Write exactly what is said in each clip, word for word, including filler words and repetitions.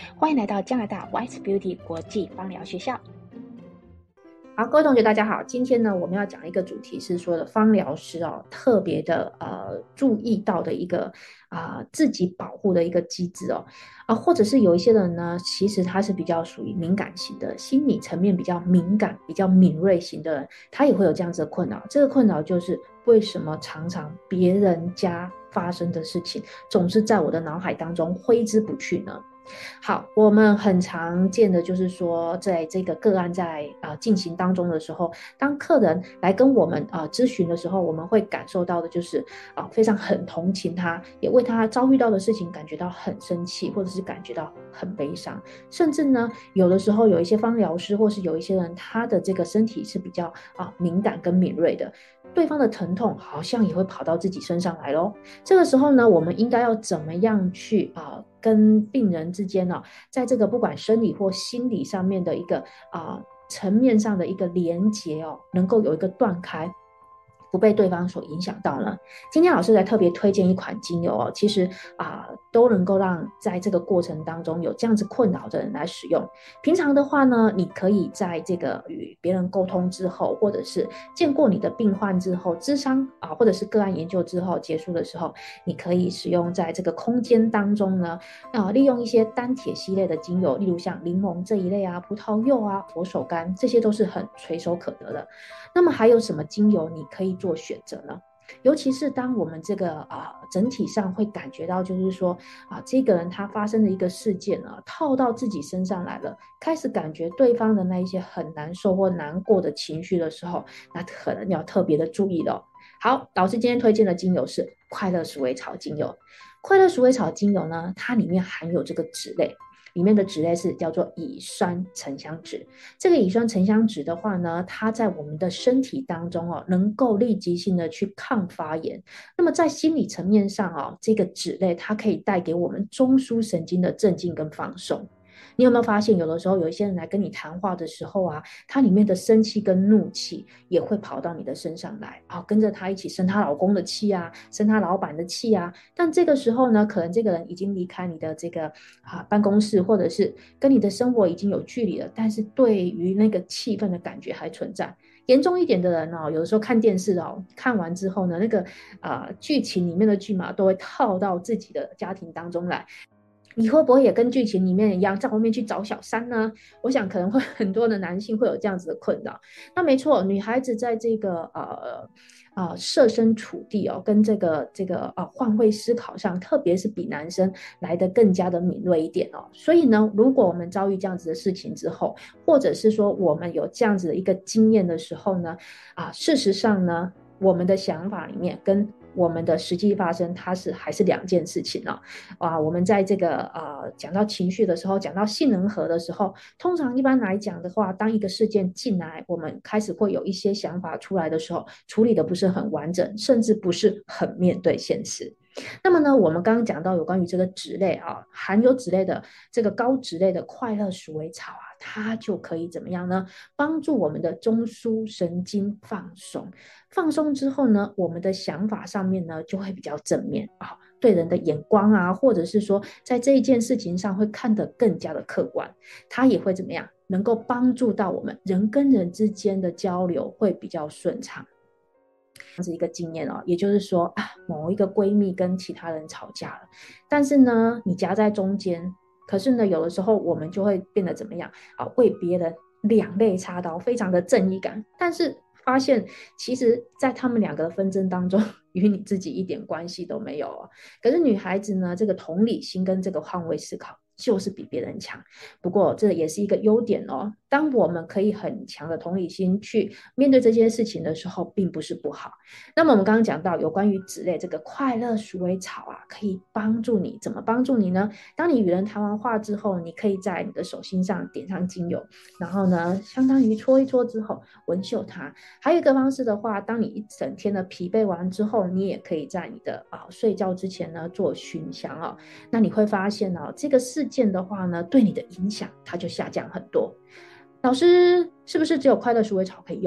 欢迎来到加拿大 White Beauty 国际芳疗学校。 好，各位同学大家好，今天呢我们要讲一个主题是说的芳疗师哦特别的呃注意到的一个啊、呃、自己保护的一个机制哦啊、呃、或者是有一些人呢其实他是比较属于敏感型的，心理层面比较敏感比较敏锐型的人，他也会有这样子的困扰。这个困扰就是为什么常常别人家发生的事情总是在我的脑海当中挥之不去呢？好，我们很常见的就是说，在这个个案在啊、呃、进行当中的时候，当客人来跟我们啊、呃、咨询的时候，我们会感受到的就是啊、呃、非常很同情他，也为他遭遇到的事情感觉到很生气，或者是感觉到很悲伤，甚至呢，有的时候有一些芳疗师或是有一些人，他的这个身体是比较啊、呃、敏感跟敏锐的。对方的疼痛好像也会跑到自己身上来咯。这个时候呢，我们应该要怎么样去啊、呃、跟病人之间呢、啊，在这个不管生理或心理上面的一个啊、呃、层面上的一个连结哦，能够有一个断开，不被对方所影响到呢？今天老师来特别推荐一款精油哦，其实啊、呃、都能够让在这个过程当中有这样子困扰的人来使用。平常的话呢，你可以在这个与别人沟通之后，或者是见过你的病患之后，咨商啊，或者是个案研究之后结束的时候，你可以使用在这个空间当中呢，啊，利用一些单铁系列的精油，例如像柠檬这一类啊，葡萄柚啊，佛手柑，这些都是很垂手可得的。那么还有什么精油你可以做选择呢？尤其是当我们这个啊、呃、整体上会感觉到，就是说啊、这个人他发生的一个事件啊，套到自己身上来了，开始感觉对方的那一些很难受或难过的情绪的时候，那可能要特别的注意了哦。好，老师今天推荐的精油是快乐鼠尾草精油。快乐鼠尾草精油呢，它里面含有这个脂类，里面的脂类是叫做乙酸沉香酯。这个乙酸沉香酯的话呢，它在我们的身体当中哦，能够立即性的去抗发炎。那么在心理层面上哦，这个脂类它可以带给我们中枢神经的镇静跟放松。你有没有发现，有的时候有一些人来跟你谈话的时候啊，他里面的生气跟怒气也会跑到你的身上来啊，跟着他一起生她老公的气啊，生她老板的气啊。但这个时候呢，可能这个人已经离开你的这个啊办公室，或者是跟你的生活已经有距离了，但是对于那个气氛的感觉还存在。严重一点的人哦，有的时候看电视哦，看完之后呢，那个啊、呃、剧情里面的剧码都会套到自己的家庭当中来。你会不会也跟剧情里面一样，在外面去找小三呢？我想可能会很多的男性会有这样子的困扰。那没错，女孩子在这个呃呃设身处地哦，跟这个这个呃换位思考上，特别是比男生来的更加的敏锐一点哦。所以呢，如果我们遭遇这样子的事情之后，或者是说我们有这样子的一个经验的时候呢，啊，事实上呢，我们的想法里面跟我们的实际发生，它是还是两件事情哦。啊，我们在这个呃讲到情绪的时候，讲到性能核的时候，通常一般来讲的话，当一个事件进来，我们开始会有一些想法出来的时候，处理的不是很完整，甚至不是很面对现实。那么呢，我们刚刚讲到有关于这个脂类啊，含有脂类的这个高脂类的快乐鼠尾草啊，它就可以怎么样呢？帮助我们的中枢神经放松。放松之后呢，我们的想法上面呢就会比较正面啊，对人的眼光啊，或者是说在这一件事情上会看得更加的客观。它也会怎么样？能够帮助到我们人跟人之间的交流会比较顺畅。这是一个经验哦，也就是说啊，某一个闺蜜跟其他人吵架了，但是呢，你夹在中间，可是呢，有的时候我们就会变得怎么样啊？为别人两肋插刀，非常的正义感，但是发现其实，在他们两个的纷争当中，与你自己一点关系都没有哦。可是女孩子呢，这个同理心跟这个换位思考。就是比别人强，不过这也是一个优点哦。当我们可以很强的同理心去面对这件事情的时候，并不是不好。那么我们刚刚讲到有关于脂类这个快乐鼠尾草啊，可以帮助你，怎么帮助你呢？当你与人谈完话之后，你可以在你的手心上点上精油，然后呢，相当于搓一搓之后闻嗅它。还有一个方式的话，当你一整天的疲惫完之后，你也可以在你的啊、呃、睡觉之前呢做熏香哦。那你会发现哦，这个事件的话呢，对你的影响它就下降很多。老师是不是只有快乐鼠尾草可以用啊？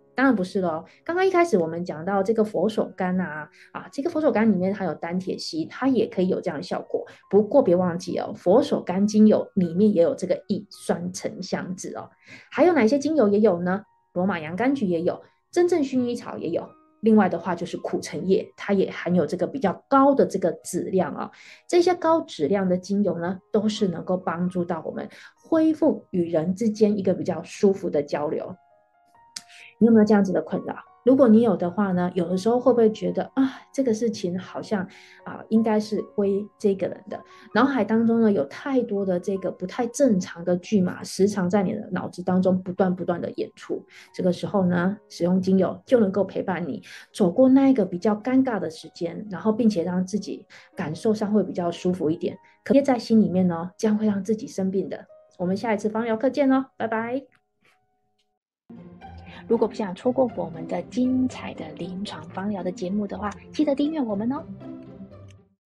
当然不是咯。刚刚一开始我们讲到这个佛手柑啊，啊，这个佛手柑里面含有单铁烯，它也可以有这样的效果。不过别忘记哦，佛手柑精油里面也有这个乙酸沉香酯哦。还有哪些精油也有呢？罗马洋甘菊也有，真正薰衣草也有。另外的话就是苦橙叶，它也含有这个比较高的这个质量啊、哦。这些高质量的精油呢，都是能够帮助到我们恢复与人之间一个比较舒服的交流。你有没有这样子的困扰？如果你有的话呢，有的时候会不会觉得啊，这个事情好像啊，应该是归这个人的脑海当中呢，有太多的这个不太正常的剧码，时常在你的脑子当中不断不断的演出。这个时候呢，使用精油就能够陪伴你走过那一个比较尴尬的时间，然后并且让自己感受上会比较舒服一点，可憋在心里面呢，这样会让自己生病的。我们下一次芳疗课见哦，拜拜。 如果不想错过我们的精彩的临床芳疗的节目的话，记得订阅我们哦。